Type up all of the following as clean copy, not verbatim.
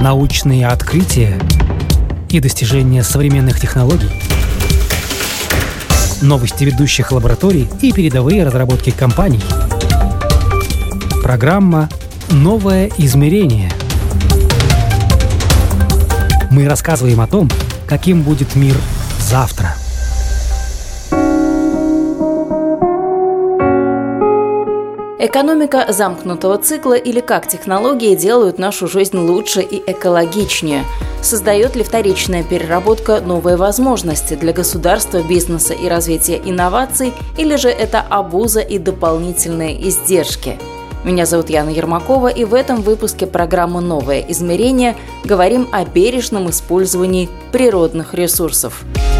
научные открытия и достижения современных технологий, новости ведущих лабораторий и передовые разработки компаний. Программа «Новое измерение». Мы рассказываем о том, каким будет мир завтра. Экономика замкнутого цикла или как технологии делают нашу жизнь лучше и экологичнее? Создает ли вторичная переработка новые возможности для государства, бизнеса и развития инноваций, или же это обуза и дополнительные издержки? Меня зовут Яна Ермакова, и в этом выпуске программы «Новое измерение» говорим о бережном использовании природных ресурсов.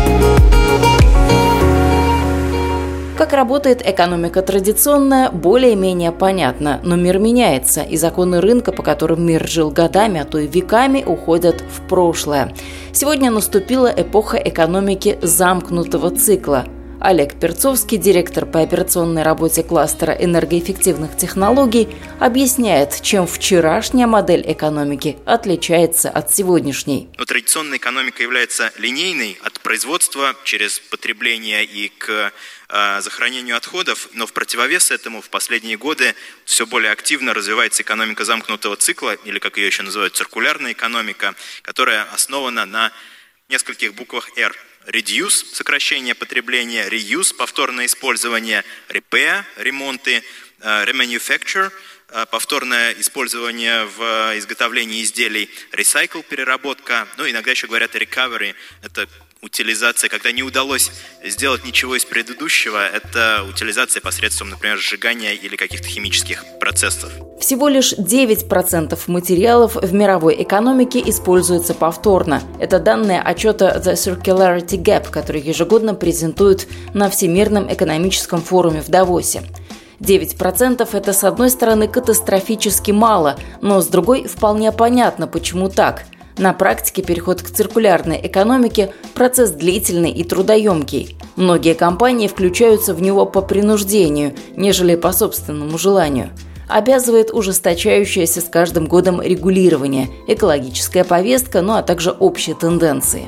Как работает экономика традиционная, более-менее понятно, но мир меняется, и законы рынка, по которым мир жил годами, а то и веками, уходят в прошлое. Сегодня наступила эпоха экономики замкнутого цикла. Олег Перцовский, директор по операционной работе кластера энергоэффективных технологий, объясняет, чем вчерашняя модель экономики отличается от сегодняшней. Традиционная экономика является линейной от производства через потребление и к захоронению отходов, но в противовес этому в последние годы все более активно развивается экономика замкнутого цикла, или, как ее еще называют, циркулярная экономика, которая основана на нескольких буквах «Р». Reduce – сокращение потребления, reuse – повторное использование, repair – ремонты, remanufacture – повторное использование в изготовлении изделий, recycle – переработка, иногда еще говорят recovery – это утилизация, когда не удалось сделать ничего из предыдущего, это утилизация посредством, например, сжигания или каких-то химических процессов. Всего лишь 9% материалов в мировой экономике используются повторно. Это данные отчета The Circularity Gap, который ежегодно презентуют на Всемирном экономическом форуме в Давосе. 9% – это, с одной стороны, катастрофически мало, но с другой вполне понятно, почему так. На практике переход к циркулярной экономике – процесс длительный и трудоемкий. Многие компании включаются в него по принуждению, нежели по собственному желанию. Обязывает ужесточающееся с каждым годом регулирование, экологическая повестка, а также общие тенденции.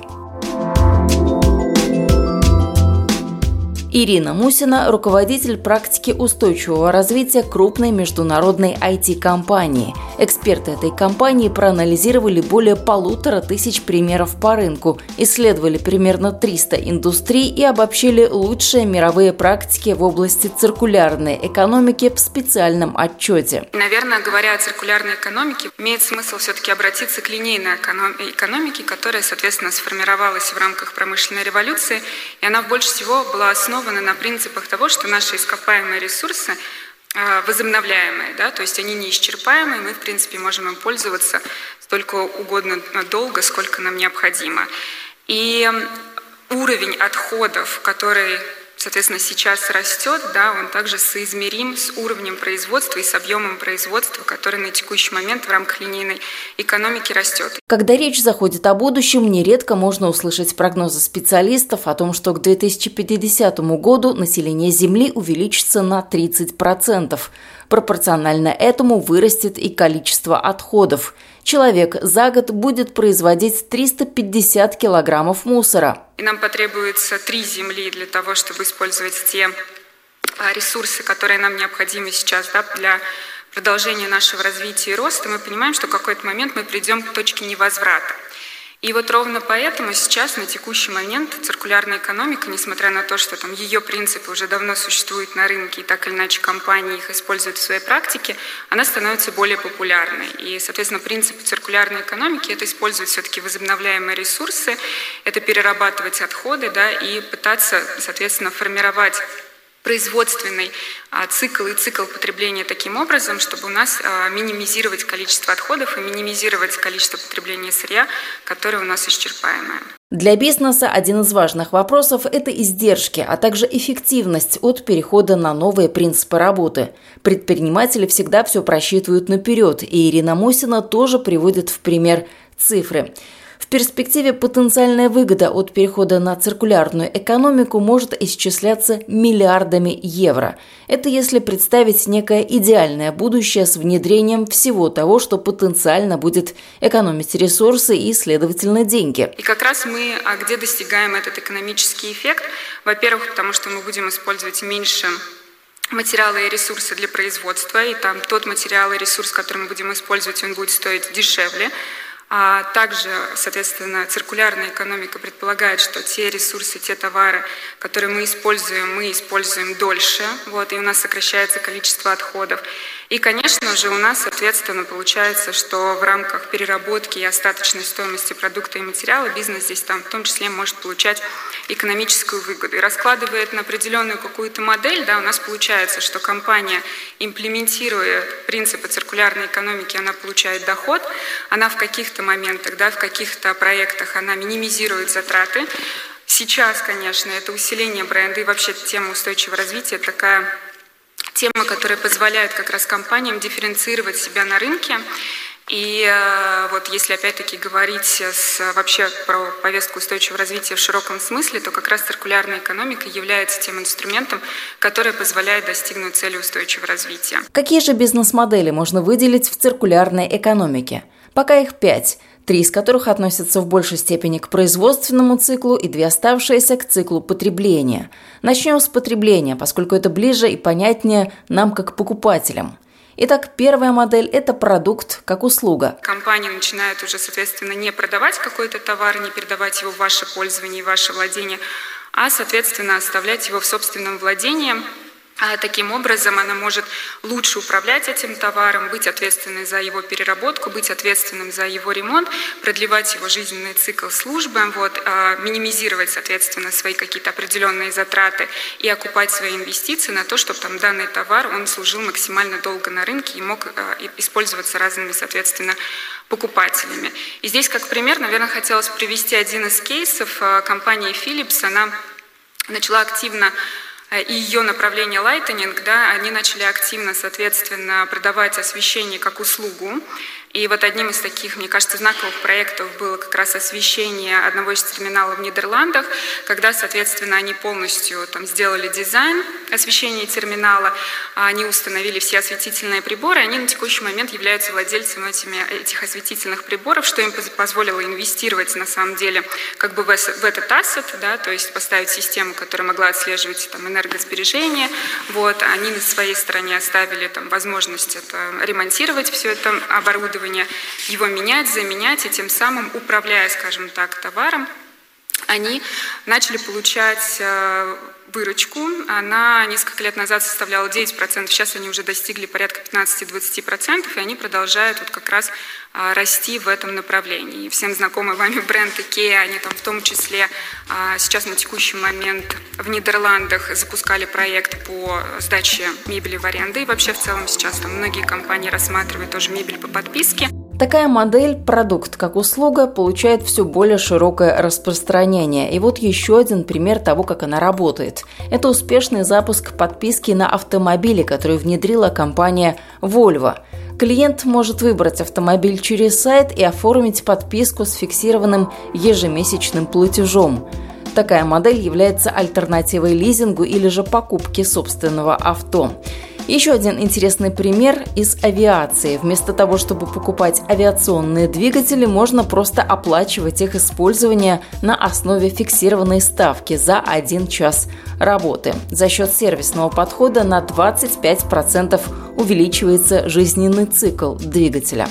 Ирина Мусина – руководитель практики устойчивого развития крупной международной IT-компании. Эксперты этой компании проанализировали более 1500 примеров по рынку, исследовали примерно 300 индустрий и обобщили лучшие мировые практики в области циркулярной экономики в специальном отчете. Наверное, говоря о циркулярной экономике, имеет смысл все-таки обратиться к линейной экономике, которая, соответственно, сформировалась в рамках промышленной революции, и она больше всего была основана на принципах того, что наши ископаемые ресурсы возобновляемые, то есть они неисчерпаемые, мы, в принципе, можем им пользоваться столько угодно долго, сколько нам необходимо. И уровень отходов, который, соответственно, сейчас растет, он также соизмерим с уровнем производства и с объемом производства, который на текущий момент в рамках линейной экономики растет. Когда речь заходит о будущем, нередко можно услышать прогнозы специалистов о том, что к 2050 году население Земли увеличится на 30%. Пропорционально этому вырастет и количество отходов. Человек за год будет производить 350 килограммов мусора. И нам потребуется 3 Земли для того, чтобы использовать те ресурсы, которые нам необходимы сейчас для продолжения нашего развития и роста. Мы понимаем, что в какой-то момент мы придем к точке невозврата. И ровно поэтому сейчас, на текущий момент, циркулярная экономика, несмотря на то, что ее принципы уже давно существуют на рынке, и так или иначе компании их используют в своей практике, она становится более популярной. И, соответственно, принципы циркулярной экономики – это использовать все-таки возобновляемые ресурсы, это перерабатывать отходы, и пытаться, соответственно, формировать производственный цикл и цикл потребления таким образом, чтобы у нас минимизировать количество отходов и минимизировать количество потребления сырья, которое у нас исчерпаемое. Для бизнеса один из важных вопросов – это издержки, а также эффективность от перехода на новые принципы работы. Предприниматели всегда все просчитывают наперед, и Ирина Мусина тоже приводит в пример цифры. В В перспективе потенциальная выгода от перехода на циркулярную экономику может исчисляться миллиардами евро. Это если представить некое идеальное будущее с внедрением всего того, что потенциально будет экономить ресурсы и, следовательно, деньги. И как раз мы где достигаем этот экономический эффект? Во-первых, потому что мы будем использовать меньше материалы и ресурсы для производства, и там тот материал и ресурс, который мы будем использовать, он будет стоить дешевле. А также, соответственно, циркулярная экономика предполагает, что те ресурсы, те товары, которые мы используем дольше, и у нас сокращается количество отходов. И, конечно же, у нас, соответственно, получается, что в рамках переработки и остаточной стоимости продукта и материала бизнес здесь в том числе может получать экономическую выгоду. И раскладывает на определенную какую-то модель, у нас получается, что компания, имплементируя принципы циркулярной экономики, она получает доход, она в каких-то моментах, в каких-то проектах она минимизирует затраты. Сейчас, конечно, это усиление бренда и вообще тема устойчивого развития такая тема, которая позволяет как раз компаниям дифференцировать себя на рынке. И если опять-таки говорить вообще про повестку устойчивого развития в широком смысле, то как раз циркулярная экономика является тем инструментом, который позволяет достигнуть цели устойчивого развития. Какие же бизнес-модели можно выделить в циркулярной экономике? Пока их 5. 3 из которых относятся в большей степени к производственному циклу и 2 оставшиеся к циклу потребления. Начнем с потребления, поскольку это ближе и понятнее нам как покупателям. Итак, первая модель – это продукт как услуга. Компания начинает уже, соответственно, не продавать какой-то товар, не передавать его в ваше пользование и ваше владение, а, соответственно, оставлять его в собственном владении. Таким образом, она может лучше управлять этим товаром, быть ответственной за его переработку, быть ответственным за его ремонт, продлевать его жизненный цикл службы, минимизировать, соответственно, свои какие-то определенные затраты и окупать свои инвестиции на то, чтобы данный товар он служил максимально долго на рынке и мог использоваться разными, соответственно, покупателями. И здесь, как пример, наверное, хотелось привести один из кейсов. Компания Philips, она начала активно и ее направление Lightning, они начали активно, соответственно, продавать освещение как услугу. И одним из таких, мне кажется, знаковых проектов было как раз освещение одного из терминалов в Нидерландах, когда, соответственно, они полностью сделали дизайн освещения терминала, они установили все осветительные приборы, они на текущий момент являются владельцами этих осветительных приборов, что им позволило инвестировать, на самом деле, в этот ассет, то есть поставить систему, которая могла отслеживать энергосбережение. Они на своей стороне оставили возможность ремонтировать все это оборудование, его менять, заменять, и тем самым, управляя, скажем так, товаром, они начали получать выручку. Она несколько лет назад составляла 9%, сейчас они уже достигли порядка 15-20%, и они продолжают как раз расти в этом направлении. И всем знакомый вами бренд IKEA, они в том числе сейчас на текущий момент в Нидерландах запускали проект по сдаче мебели в аренду, и вообще в целом сейчас многие компании рассматривают тоже мебель по подписке. Такая модель «продукт как услуга» получает все более широкое распространение. И еще один пример того, как она работает. Это успешный запуск подписки на автомобили, который внедрила компания Volvo. Клиент может выбрать автомобиль через сайт и оформить подписку с фиксированным ежемесячным платежом. Такая модель является альтернативой лизингу или же покупке собственного авто. Еще один интересный пример из авиации. Вместо того, чтобы покупать авиационные двигатели, можно просто оплачивать их использование на основе фиксированной ставки за 1 час работы. За счет сервисного подхода на 25% увеличивается жизненный цикл двигателя.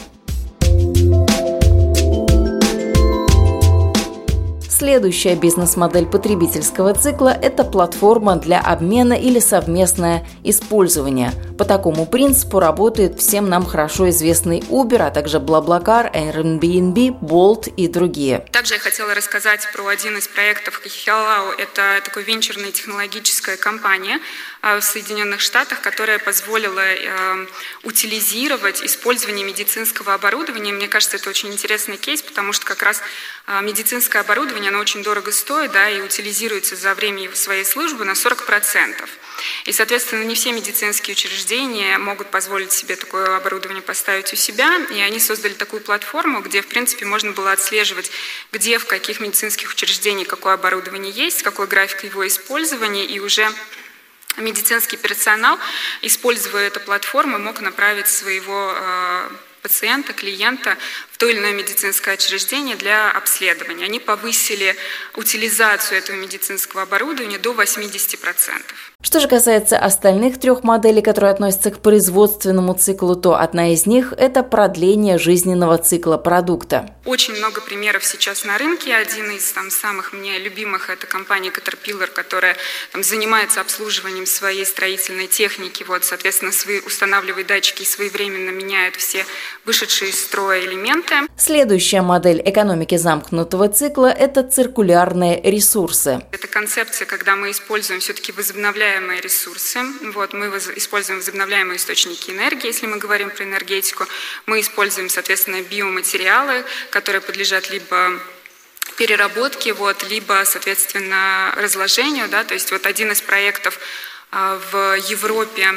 Следующая бизнес-модель потребительского цикла – это платформа для обмена или совместное использование. По такому принципу работает всем нам хорошо известный Uber, а также BlaBlaCar, Airbnb, Bolt и другие. Также я хотела рассказать про один из проектов Hello. Это такой венчурная технологическая компания, в Соединенных Штатах, которая позволила утилизировать использование медицинского оборудования. Мне кажется, это очень интересный кейс, потому что как раз медицинское оборудование, оно очень дорого стоит, да, и утилизируется за время своей службы на 40%. И, соответственно, не все медицинские учреждения могут позволить себе такое оборудование поставить у себя, и они создали такую платформу, где, в принципе, можно было отслеживать, где, в каких медицинских учреждениях какое оборудование есть, какой график его использования, и уже медицинский персонал, используя эту платформу, мог направить своего пациента, клиента в то или иное медицинское учреждение для обследования. Они повысили утилизацию этого медицинского оборудования до 80%. Что же касается остальных 3 моделей, которые относятся к производственному циклу, то одна из них – это продление жизненного цикла продукта. Очень много примеров сейчас на рынке. Один из самых мне любимых – это компания Caterpillar, которая занимается обслуживанием своей строительной техники. Соответственно, устанавливает датчики и своевременно меняет все вышедшие из строя элементы. Следующая модель экономики замкнутого цикла – это циркулярные ресурсы. Это концепция, когда мы используем все-таки возобновляемые ресурсы. Мы используем возобновляемые источники энергии, если мы говорим про энергетику. Мы используем, соответственно, биоматериалы, которые подлежат либо переработке, либо, соответственно, разложению. Да? То есть один из проектов в Европе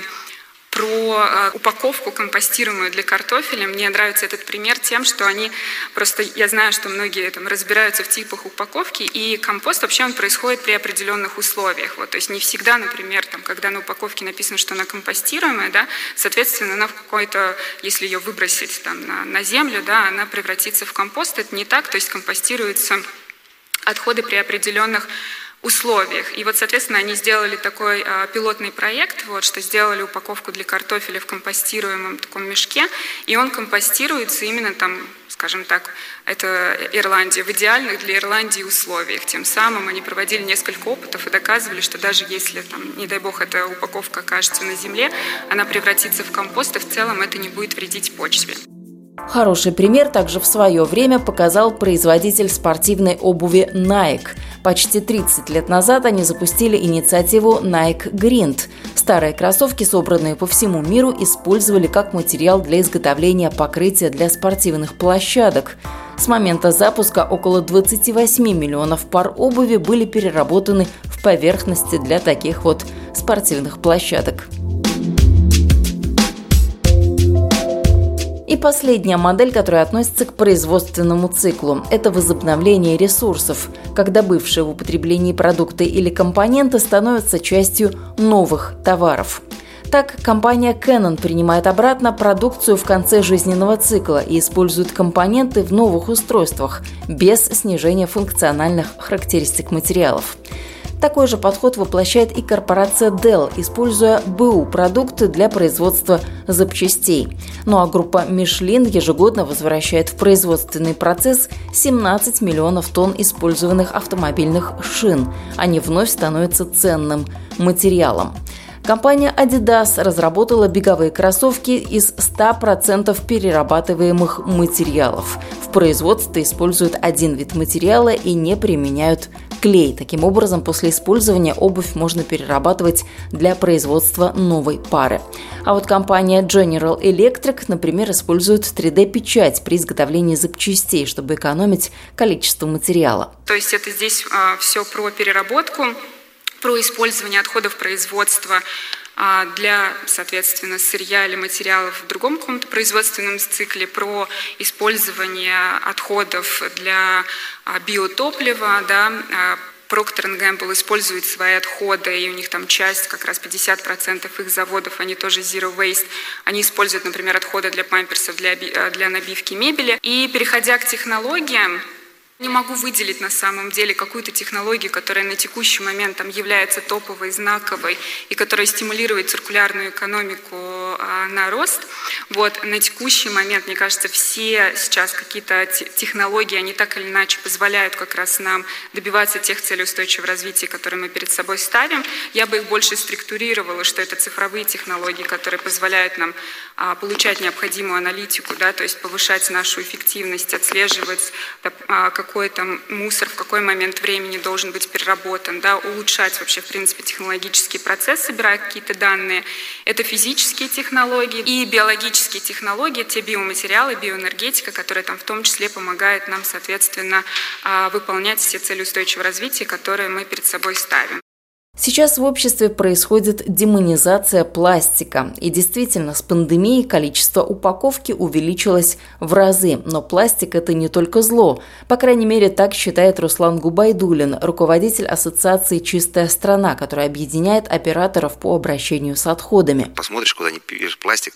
про упаковку компостируемую для картофеля. Мне нравится этот пример тем, что я знаю, что многие разбираются в типах упаковки, и компост вообще он происходит при определенных условиях. То есть не всегда, например, когда на упаковке написано, что она компостируемая, да, соответственно, она если ее выбросить на землю, да, она превратится в компост. Это не так, то есть компостируются отходы при определенных условиях. И соответственно, они сделали такой пилотный проект, что сделали упаковку для картофеля в компостируемом таком мешке, и он компостируется именно скажем так, это Ирландия, в идеальных для Ирландии условиях. Тем самым они проводили несколько опытов и доказывали, что даже если, не дай бог, эта упаковка окажется на земле, она превратится в компост, и в целом это не будет вредить почве. Хороший пример также в свое время показал производитель спортивной обуви Nike. Почти 30 лет назад они запустили инициативу Nike Grind. Старые кроссовки, собранные по всему миру, использовали как материал для изготовления покрытия для спортивных площадок. С момента запуска около 28 миллионов пар обуви были переработаны в поверхности для таких спортивных площадок. И последняя модель, которая относится к производственному циклу – это возобновление ресурсов, когда бывшие в употреблении продукты или компоненты становятся частью новых товаров. Так, компания Canon принимает обратно продукцию в конце жизненного цикла и использует компоненты в новых устройствах без снижения функциональных характеристик материалов. Такой же подход воплощает и корпорация Dell, используя БУ-продукты для производства запчастей. А группа Michelin ежегодно возвращает в производственный процесс 17 миллионов тонн использованных автомобильных шин. Они вновь становятся ценным материалом. Компания Adidas разработала беговые кроссовки из 100% перерабатываемых материалов. В производстве используют один вид материала и не применяют клей. Таким образом, после использования обувь можно перерабатывать для производства новой пары. А компания General Electric, например, использует 3D-печать при изготовлении запчастей, чтобы экономить количество материала. То есть это здесь все про переработку, про использование отходов производства для, соответственно, сырья или материалов в другом каком-то производственном цикле, про использование отходов для биотоплива, да. Procter & Gamble использует свои отходы, и у них часть, как раз 50% их заводов, они тоже zero waste. Они используют, например, отходы для памперсов, для набивки мебели. И переходя к технологиям, не могу выделить на самом деле какую-то технологию, которая на текущий момент является топовой, знаковой и которая стимулирует циркулярную экономику на рост. Вот, на текущий момент, мне кажется, все сейчас какие-то технологии, они так или иначе позволяют как раз нам добиваться тех целей устойчивого развития, которые мы перед собой ставим. Я бы их больше структурировала, что это цифровые технологии, которые позволяют нам получать необходимую аналитику, да, то есть повышать нашу эффективность, отслеживать, какой там мусор в какой момент времени должен быть переработан, да, улучшать вообще, в принципе, технологический процесс, собирая какие-то данные. Это физические технологии и биологические технологии, те биоматериалы, биоэнергетика, которые там в том числе помогают нам, соответственно, выполнять все цели устойчивого развития, которые мы перед собой ставим. Сейчас в обществе происходит демонизация пластика. И действительно, с пандемией количество упаковки увеличилось в разы. Но пластик – это не только зло. По крайней мере, так считает Руслан Губайдуллин, руководитель ассоциации «Чистая страна», которая объединяет операторов по обращению с отходами. Посмотришь, куда ни пишешь, пластик,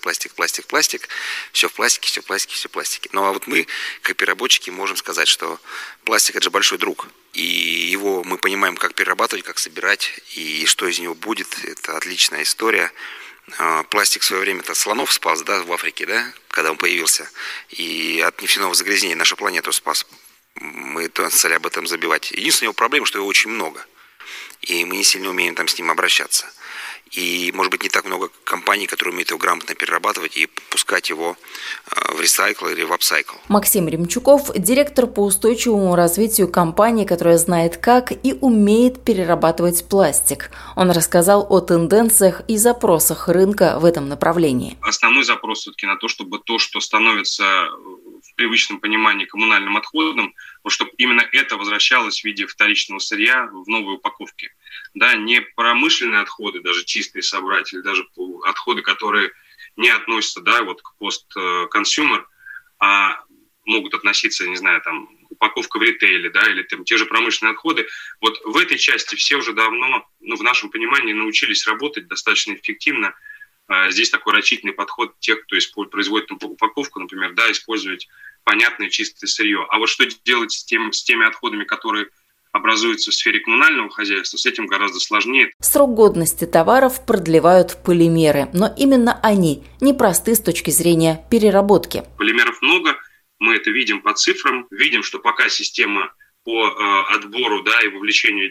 все в пластике. Ну а вот мы, как переработчики, можем сказать, что пластик – это же большой друг. И его мы понимаем, как перерабатывать, как собирать, и что из него будет. Это отличная история. Пластик в свое время от слонов спас, да, в Африке, да, когда он появился. И от нефтяного загрязнения нашу планету спас. Мы стали об этом забивать. Единственная его проблема, что его очень много. И мы не сильно умеем там с ним обращаться. И, может быть, не так много компаний, которые умеют его грамотно перерабатывать и пускать его в ресайкл или в апсайкл. Максим Ремчуков – директор по устойчивому развитию компании, которая знает как и умеет перерабатывать пластик. Он рассказал о тенденциях и запросах рынка в этом направлении. Основной запрос все-таки на то, чтобы то, что становится в привычном понимании коммунальным отходом, вот чтобы именно это возвращалось в виде вторичного сырья в новой упаковке. Да, не промышленные отходы, даже чистые собрать, или даже отходы, которые не относятся, да, вот к пост-консюмер, а могут относиться, не знаю, там, упаковка в ритейле, да, или там, те же промышленные отходы. Вот в этой части все уже давно, в нашем понимании, научились работать достаточно эффективно. Здесь такой рачительный подход тех, кто производит упаковку, например, да, использовать понятное чистое сырье. А вот что делать с теми отходами, которые образуются в сфере коммунального хозяйства, с этим гораздо сложнее. Срок годности товаров продлевают полимеры, но именно они непросты с точки зрения переработки. Полимеров много, мы это видим по цифрам, видим, что пока система по отбору, да, и вовлечению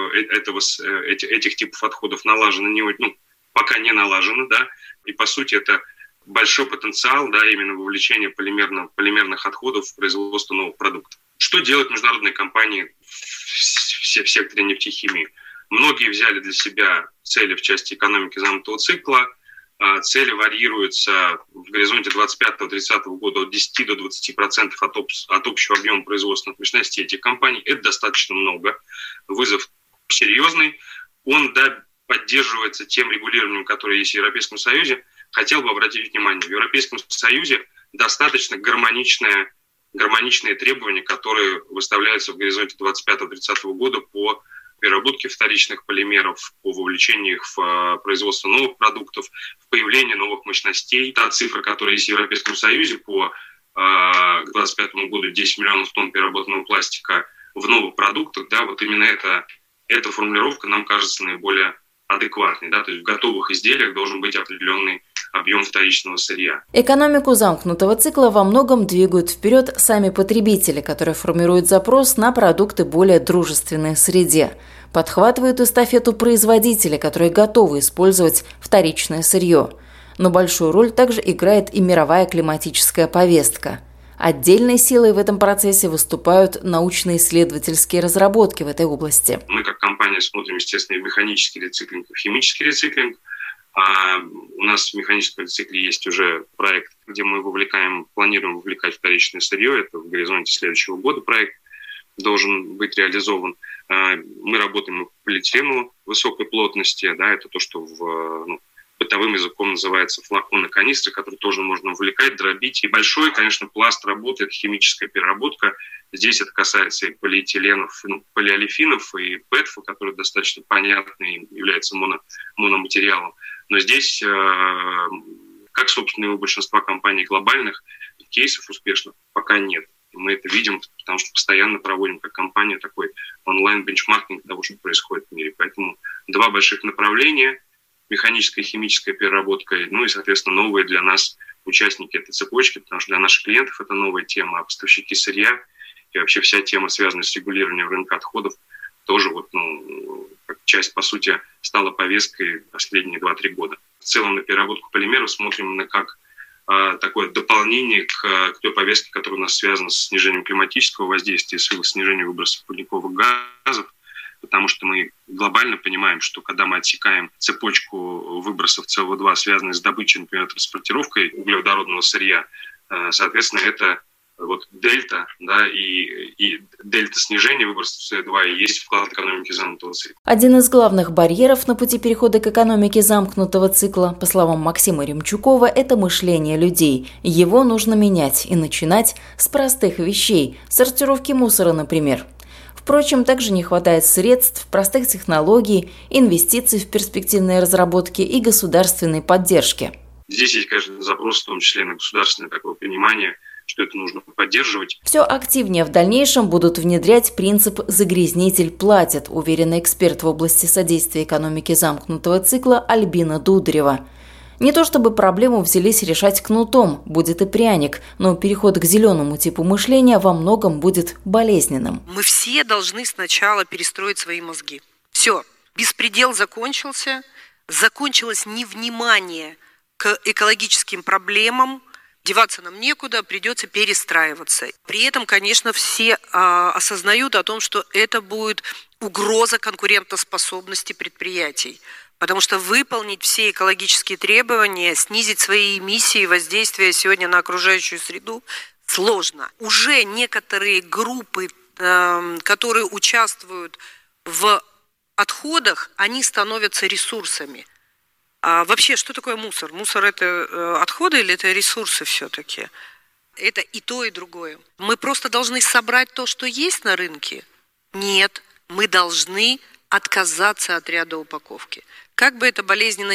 этих типов отходов налажена, пока не налажена, да, и по сути это большой потенциал, да, именно вовлечения полимерных отходов в производство новых продуктов. Что делают международные компании в секторе нефтехимии? Многие взяли для себя цели в части экономики замкнутого цикла. Цели варьируются в горизонте 25-30 года от 10 до 20% от общего объема производственных мощностей этих компаний. Это достаточно много. Вызов серьезный. Он, да, поддерживается тем регулированием, которое есть в Европейском Союзе. Хотел бы обратить внимание, в Европейском Союзе достаточно гармоничные требования, которые выставляются в горизонте 25-30 года по переработке вторичных полимеров, по вовлечению их в производство новых продуктов, в появление новых мощностей. Та цифра, которая есть в Европейском Союзе по 2025 году, 10 миллионов тонн переработанного пластика в новых продуктах, да, вот именно эта формулировка нам кажется наиболее адекватной. Да, то есть в готовых изделиях должен быть определенный объем вторичного сырья. Экономику замкнутого цикла во многом двигают вперед сами потребители, которые формируют запрос на продукты более дружественные среде. Подхватывают эстафету производители, которые готовы использовать вторичное сырье. Но большую роль также играет и мировая климатическая повестка. Отдельной силой в этом процессе выступают научно-исследовательские разработки в этой области. Мы как компания смотрим, естественно, и в механический рециклинг, и в химический рециклинг. У нас в механическом рецикле есть уже проект, где мы планируем вовлекать вторичное сырье. Это в горизонте следующего года проект должен быть реализован. Мы работаем в полиэтилену высокой плотности. Да, это то, что бытовым языком называется флаконы, канистры, которые тоже можно вовлекать, дробить. И большой, конечно, пласт работы – это химическая переработка. Здесь это касается и полиэтиленов, полиолефинов, и ПЭТФа, которые достаточно понятны и являются мономатериалом. Но здесь, как, собственно, и у большинства компаний глобальных, кейсов успешных пока нет. Мы это видим, потому что постоянно проводим как компания такой онлайн-бенчмаркинг того, что происходит в мире. Поэтому два больших направления. механическая и химическая переработка, ну и, соответственно, новые для нас участники этой цепочки, потому что для наших клиентов это новая тема, а поставщики сырья и вообще вся тема, связанная с регулированием рынка отходов, тоже как часть, по сути, стала повесткой последние 2-3 года. В целом на переработку полимеров смотрим именно как такое дополнение к той повестке, которая у нас связана с снижением климатического воздействия, с снижением выбросов парниковых газов, потому что мы глобально понимаем, что когда мы отсекаем цепочку выбросов СО2, связанных с добычей, например, транспортировкой углеводородного сырья, соответственно, это вот дельта, да, и дельта снижения выбросов СО2 и есть вклад экономики замкнутого цикла. Один из главных барьеров на пути перехода к экономике замкнутого цикла, по словам Максима Ремчукова, это мышление людей. Его нужно менять и начинать с простых вещей, сортировки мусора, например. Впрочем, также не хватает средств, простых технологий, инвестиций в перспективные разработки и государственной поддержки. Здесь есть, конечно, запрос, в том числе на государственное такое понимание, что это нужно поддерживать. Все активнее в дальнейшем будут внедрять принцип «загрязнитель платит», уверена эксперт в области содействия экономике замкнутого цикла Альбина Дударева. Не то чтобы проблему взялись решать кнутом, будет и пряник, но переход к зеленому типу мышления во многом будет болезненным. Мы все должны сначала перестроить свои мозги. Все, беспредел закончился, закончилось невнимание к экологическим проблемам, деваться нам некуда, придется перестраиваться. При этом, конечно, все осознают о том, что это будет угроза конкурентоспособности предприятий. Потому что выполнить все экологические требования, снизить свои эмиссии, воздействия сегодня на окружающую среду сложно. Уже некоторые группы, которые участвуют в отходах, они становятся ресурсами. А вообще, что такое мусор? Мусор – это отходы или это ресурсы все-таки? Это и то, и другое. Мы просто должны собрать то, что есть на рынке? Нет, мы должны отказаться от ряда упаковки. Как бы это болезненно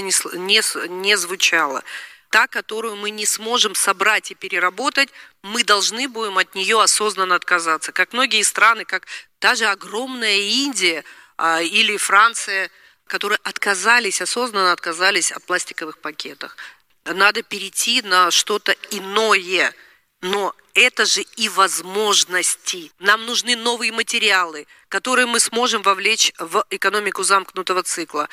не звучало, та, которую мы не сможем собрать и переработать, мы должны будем от нее осознанно отказаться. Как многие страны, как даже огромная Индия или Франция, которые осознанно отказались от пластиковых пакетов. Надо перейти на что-то иное, но это же и возможности. Нам нужны новые материалы, которые мы сможем вовлечь в экономику замкнутого цикла.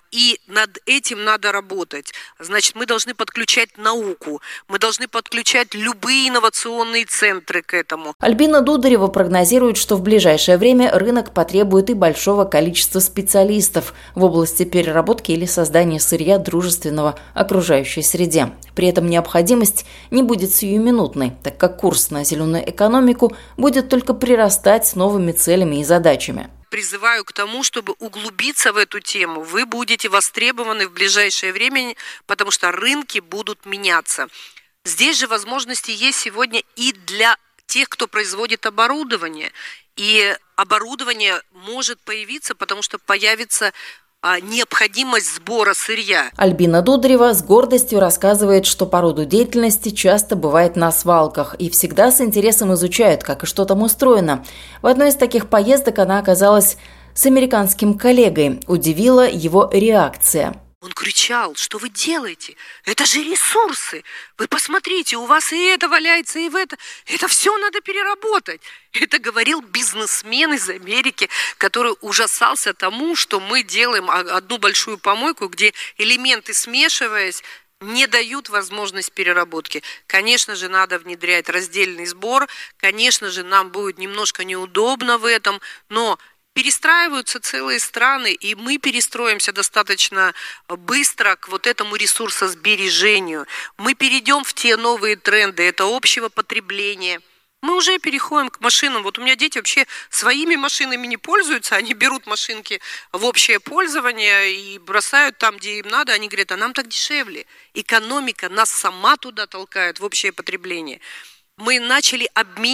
И над этим надо работать. Значит, мы должны подключать науку, мы должны подключать любые инновационные центры к этому. Альбина Дударева прогнозирует, что в ближайшее время рынок потребует и большого количества специалистов в области переработки или создания сырья дружественного окружающей среде. При этом необходимость не будет сиюминутной, так как курс на зеленую экономику будет только прирастать с новыми целями и задачами. Призываю к тому, чтобы углубиться в эту тему. Вы будете востребованы в ближайшее время, потому что рынки будут меняться. Здесь же возможности есть сегодня и для тех, кто производит оборудование. И оборудование может появиться, потому что появится необходимость сбора сырья. Альбина Дударева с гордостью рассказывает, что по роду деятельности часто бывает на свалках и всегда с интересом изучают, как и что там устроено. В одной из таких поездок она оказалась с американским коллегой. Удивила его реакция. Он кричал: что вы делаете? Это же ресурсы. Вы посмотрите, у вас и это валяется, и в это. Это все надо переработать. Это говорил бизнесмен из Америки, который ужасался тому, что мы делаем одну большую помойку, где элементы, смешиваясь, не дают возможность переработки. Конечно же, надо внедрять раздельный сбор. Конечно же, нам будет немножко неудобно в этом, но перестраиваются целые страны, и мы перестроимся достаточно быстро к вот этому ресурсосбережению. Мы перейдем в те новые тренды, это общего потребления. Мы уже переходим к машинам. Вот у меня дети вообще своими машинами не пользуются, они берут машинки в общее пользование и бросают там, где им надо. Они говорят: а нам так дешевле. Экономика нас сама туда толкает, в общее потребление. Мы начали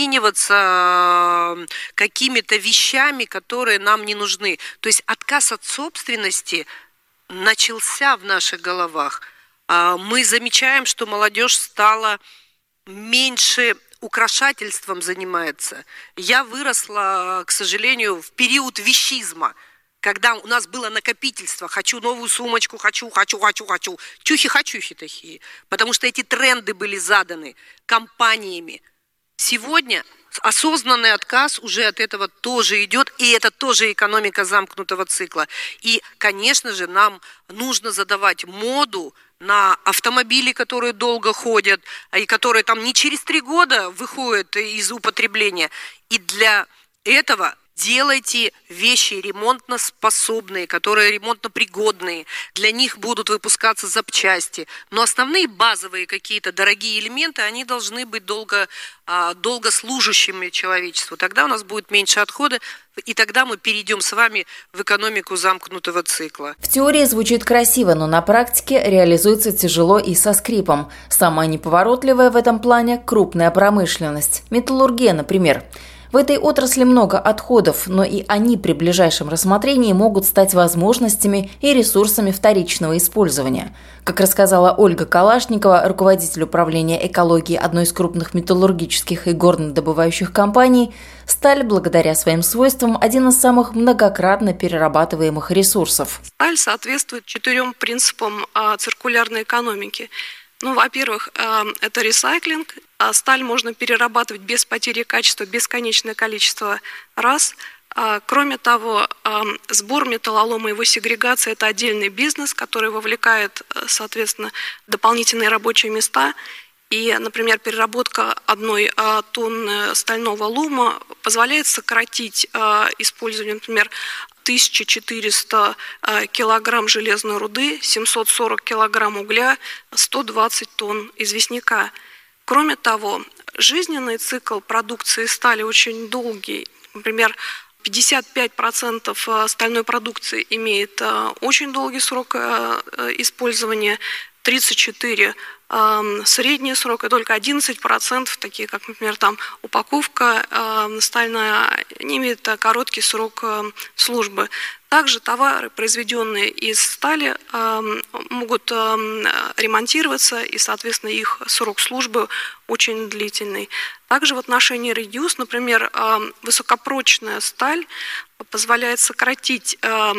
обмениваться какими-то вещами, которые нам не нужны. То есть отказ от собственности начался в наших головах. Мы замечаем, что молодежь стала меньше украшательством занимается. Я выросла, к сожалению, в период вещизма, когда у нас было накопительство, хочу новую сумочку, хочу, чухи-хачухи такие, потому что эти тренды были заданы компаниями. Сегодня осознанный отказ уже от этого тоже идет, и это тоже экономика замкнутого цикла. И, конечно же, нам нужно задавать моду на автомобили, которые долго ходят, и которые там не через 3 года выходят из употребления. И для этого делайте вещи ремонтноспособные, которые ремонтнопригодные. Для них будут выпускаться запчасти. Но основные базовые какие-то дорогие элементы, они должны быть долго служащими человечеству. Тогда у нас будет меньше отхода, и тогда мы перейдем с вами в экономику замкнутого цикла. В теории звучит красиво, но на практике реализуется тяжело и со скрипом. Самая неповоротливая в этом плане – крупная промышленность. Металлургия, например. В этой отрасли много отходов, но и они при ближайшем рассмотрении могут стать возможностями и ресурсами вторичного использования. Как рассказала Ольга Калашникова, руководитель управления экологии одной из крупных металлургических и горнодобывающих компаний, сталь, благодаря своим свойствам, один из самых многократно перерабатываемых ресурсов. Сталь соответствует 4 принципам циркулярной экономики. Во-первых, это ресайклинг. Сталь можно перерабатывать без потери качества бесконечное количество раз. Кроме того, сбор металлолома и его сегрегация – это отдельный бизнес, который вовлекает, соответственно, дополнительные рабочие места. И, например, переработка 1 тонны стального лома позволяет сократить использование, например, 1400 килограмм железной руды, 740 килограмм угля, 120 тонн известняка. Кроме того, жизненный цикл продукции стали очень долгий. Например, 55% стальной продукции имеет очень долгий срок использования, 34% средний срок, и только 11%, такие как, например, там упаковка стальная, не имеет короткий срок службы. Также товары, произведенные из стали, могут ремонтироваться, и, соответственно, их срок службы очень длительный. Также в отношении reuse, например, высокопрочная сталь позволяет сократить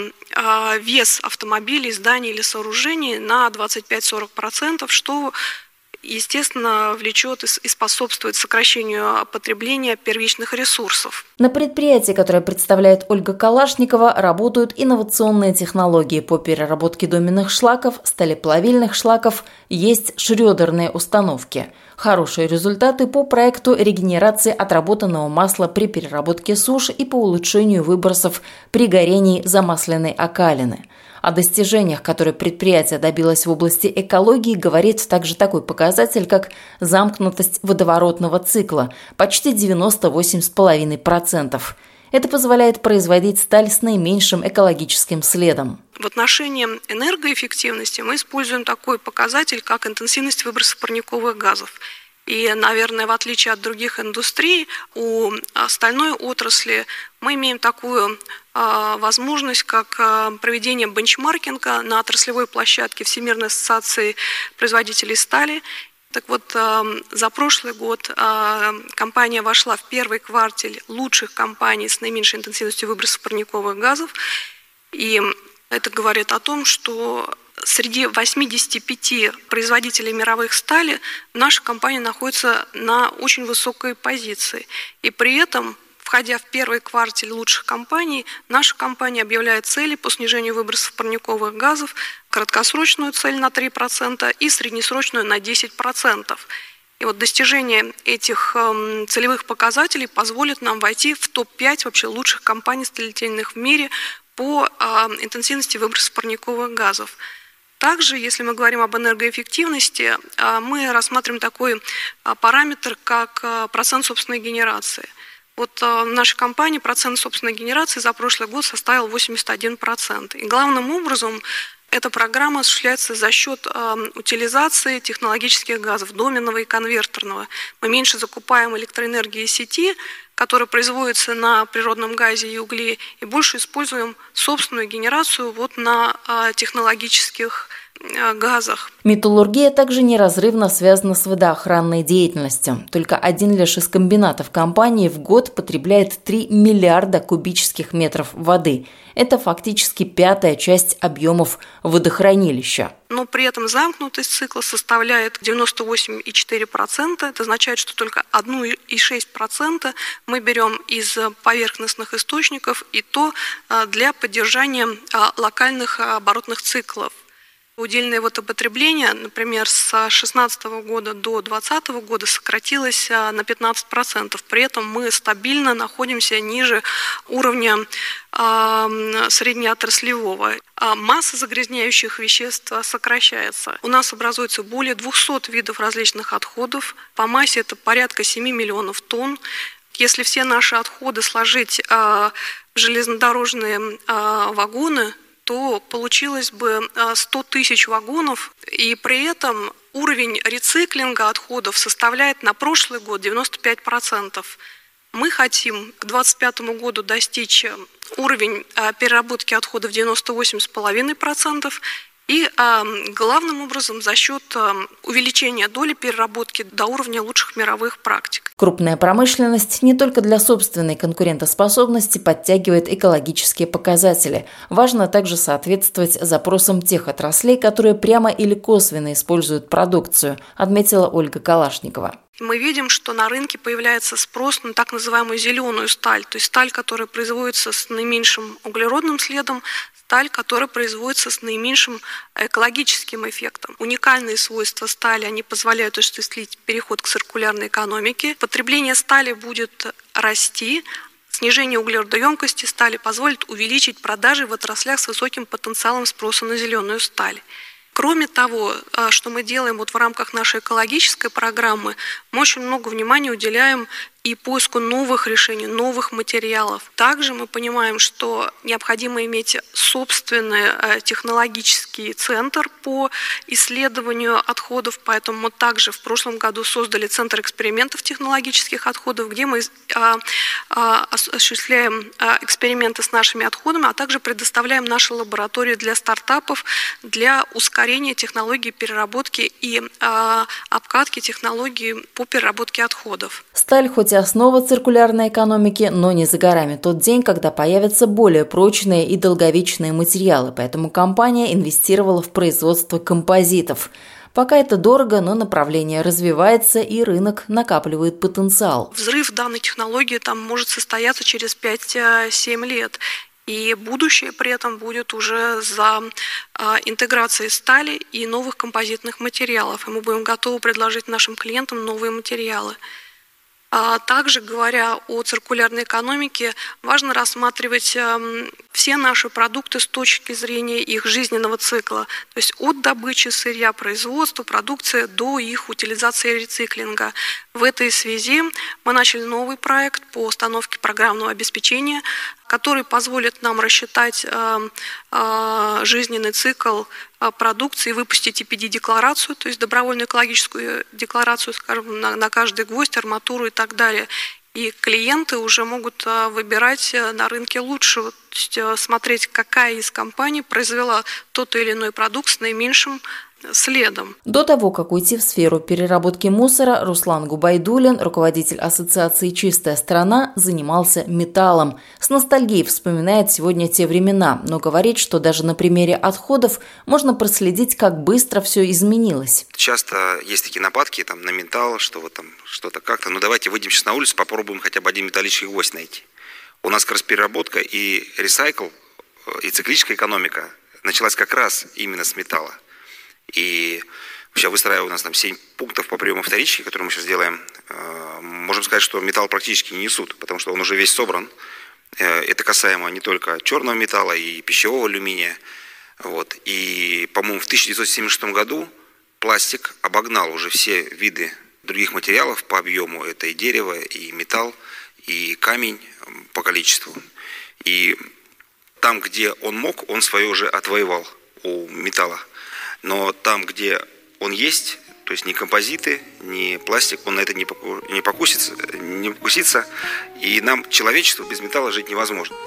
вес автомобилей, зданий или сооружений на 25-40%, что, естественно, влечет и способствует сокращению потребления первичных ресурсов. На предприятии, которое представляет Ольга Калашникова, работают инновационные технологии по переработке доменных шлаков, сталеплавильных шлаков, есть шрёдерные установки. Хорошие результаты по проекту регенерации отработанного масла при переработке суш и по улучшению выбросов при горении замасленной окалины. О достижениях, которые предприятие добилось в области экологии, говорит также такой показатель, как замкнутость водоворотного цикла – почти 98,5%. Это позволяет производить сталь с наименьшим экологическим следом. В отношении энергоэффективности мы используем такой показатель, как интенсивность выброса парниковых газов. И, наверное, в отличие от других индустрий, у стальной отрасли мы имеем такую возможность, как проведение бенчмаркинга на отраслевой площадке Всемирной ассоциации производителей стали. Так вот, за прошлый год компания вошла в первый квартиль лучших компаний с наименьшей интенсивностью выбросов парниковых газов. И это говорит о том, что среди 85 производителей мировых стали наша компания находится на очень высокой позиции. И при этом, входя в первый квартиль лучших компаний, наша компания объявляет цели по снижению выбросов парниковых газов, краткосрочную цель на 3% и среднесрочную на 10%. И вот достижение этих целевых показателей позволит нам войти в топ-5 вообще лучших компаний сталелитейных в мире по интенсивности выбросов парниковых газов. Также, если мы говорим об энергоэффективности, мы рассматриваем такой параметр, как процент собственной генерации. Вот в нашей компании процент собственной генерации за прошлый год составил 81%. И главным образом эта программа осуществляется за счет утилизации технологических газов, доменного и конвертерного. Мы меньше закупаем электроэнергии из сети, которая производится на природном газе и угле, и больше используем собственную генерацию вот на технологических газах. Металлургия также неразрывно связана с водоохранной деятельностью. Только один лишь из комбинатов компании в год потребляет 3 миллиарда кубических метров воды. Это фактически 1/5 часть объемов водохранилища. Но при этом замкнутость цикла составляет 98,4%. Это означает, что только 1,6% мы берем из поверхностных источников, и то для поддержания локальных оборотных циклов. Удельное водопотребление, например, с 2016 года до 2020 года сократилось на 15%. При этом мы стабильно находимся ниже уровня среднеотраслевого. Масса загрязняющих веществ сокращается. У нас образуется более 200 видов различных отходов. По массе это порядка 7 миллионов тонн. Если все наши отходы сложить в железнодорожные вагоны, то получилось бы 100 тысяч вагонов, и при этом уровень рециклинга отходов составляет на прошлый год 95%. Мы хотим к 2025 году достичь уровень переработки отходов 98,5%, и главным образом за счет увеличения доли переработки до уровня лучших мировых практик. Крупная промышленность не только для собственной конкурентоспособности подтягивает экологические показатели. Важно также соответствовать запросам тех отраслей, которые прямо или косвенно используют продукцию, отметила Ольга Калашникова. Мы видим, что на рынке появляется спрос на так называемую зеленую сталь, то есть сталь, которая производится с наименьшим углеродным следом, сталь, которая производится с наименьшим экологическим эффектом. Уникальные свойства стали, они позволяют осуществить переход к циркулярной экономике. Потребление стали будет расти, снижение углеродоемкости стали позволит увеличить продажи в отраслях с высоким потенциалом спроса на зеленую сталь. Кроме того, что мы делаем в рамках нашей экологической программы, мы очень много внимания уделяем и поиску новых решений, новых материалов. Также мы понимаем, что необходимо иметь собственный технологический центр по исследованию отходов, поэтому мы также в прошлом году создали Центр экспериментов технологических отходов, где мы осуществляем эксперименты с нашими отходами, а также предоставляем наши лаборатории для стартапов для ускорения технологий переработки и обкатки технологий по переработке отходов. Сталь хоть и основа циркулярной экономики, но не за горами тот день, когда появятся более прочные и долговечные материалы, поэтому компания инвестировала в производство композитов. Пока это дорого, но направление развивается и рынок накапливает потенциал. Взрыв данной технологии там может состояться через 5-7 лет. И будущее при этом будет уже за интеграцией стали и новых композитных материалов. И мы будем готовы предложить нашим клиентам новые материалы. Также, говоря о циркулярной экономике, важно рассматривать все наши продукты с точки зрения их жизненного цикла, то есть от добычи сырья, производства, продукции до их утилизации и рециклинга. В этой связи мы начали новый проект по установке программного обеспечения, который позволит нам рассчитать жизненный цикл продукции, выпустить EPD-декларацию, то есть добровольную экологическую декларацию, скажем, на каждый гвоздь, арматуру и так далее. И клиенты уже могут выбирать на рынке лучше, то есть смотреть, какая из компаний произвела тот или иной продукт с наименьшим следом. До того, как уйти в сферу переработки мусора, Руслан Губайдуллин, руководитель ассоциации «Чистая страна», занимался металлом. С ностальгией вспоминает сегодня те времена, но говорит, что даже на примере отходов можно проследить, как быстро все изменилось. Часто есть такие нападки на металл, что вот там что-то как-то. Ну давайте выйдем сейчас на улицу, попробуем хотя бы один металлический гвоздь найти. У нас как раз переработка и ресайкл, и циклическая экономика началась как раз именно с металла. И вообще, выстраивая у нас там 7 пунктов по приему вторички, которые мы сейчас делаем, можем сказать, что металл практически не несут, потому что он уже весь собран. Это касаемо не только черного металла и пищевого алюминия. Вот. И, по-моему, в 1976 году пластик обогнал уже все виды других материалов по объему. Это и дерево, и металл, и камень по количеству. И там, где он мог, он свое уже отвоевал у металла. Но там, где он есть, то есть ни композиты, ни пластик, он на это не покусится, и нам, человечеству, без металла жить невозможно.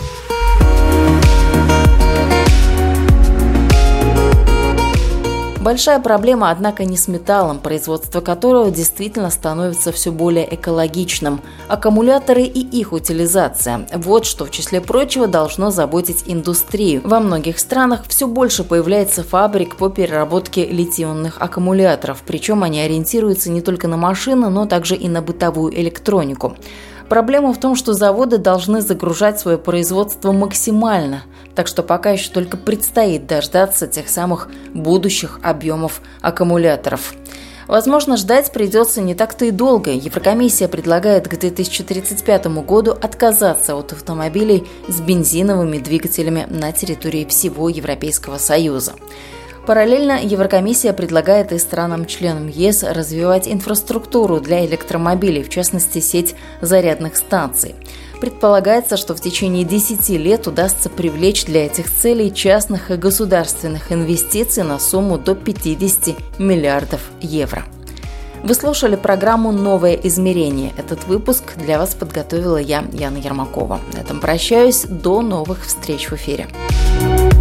Большая проблема, однако, не с металлом, производство которого действительно становится все более экологичным. Аккумуляторы и их утилизация. Вот что, в числе прочего, должно заботить индустрию. Во многих странах все больше появляется фабрик по переработке литий-ионных аккумуляторов, причем они ориентируются не только на машины, но также и на бытовую электронику. Проблема в том, что заводы должны загружать свое производство максимально, так что пока еще только предстоит дождаться тех самых будущих объемов аккумуляторов. Возможно, ждать придется не так-то и долго. Еврокомиссия предлагает к 2035 году отказаться от автомобилей с бензиновыми двигателями на территории всего Европейского Союза. Параллельно Еврокомиссия предлагает и странам-членам ЕС развивать инфраструктуру для электромобилей, в частности, сеть зарядных станций. Предполагается, что в течение 10 лет удастся привлечь для этих целей частных и государственных инвестиций на сумму до 50 миллиардов евро. Вы слушали программу «Новое измерение». Этот выпуск для вас подготовила я, Яна Ермакова. На этом прощаюсь. До новых встреч в эфире.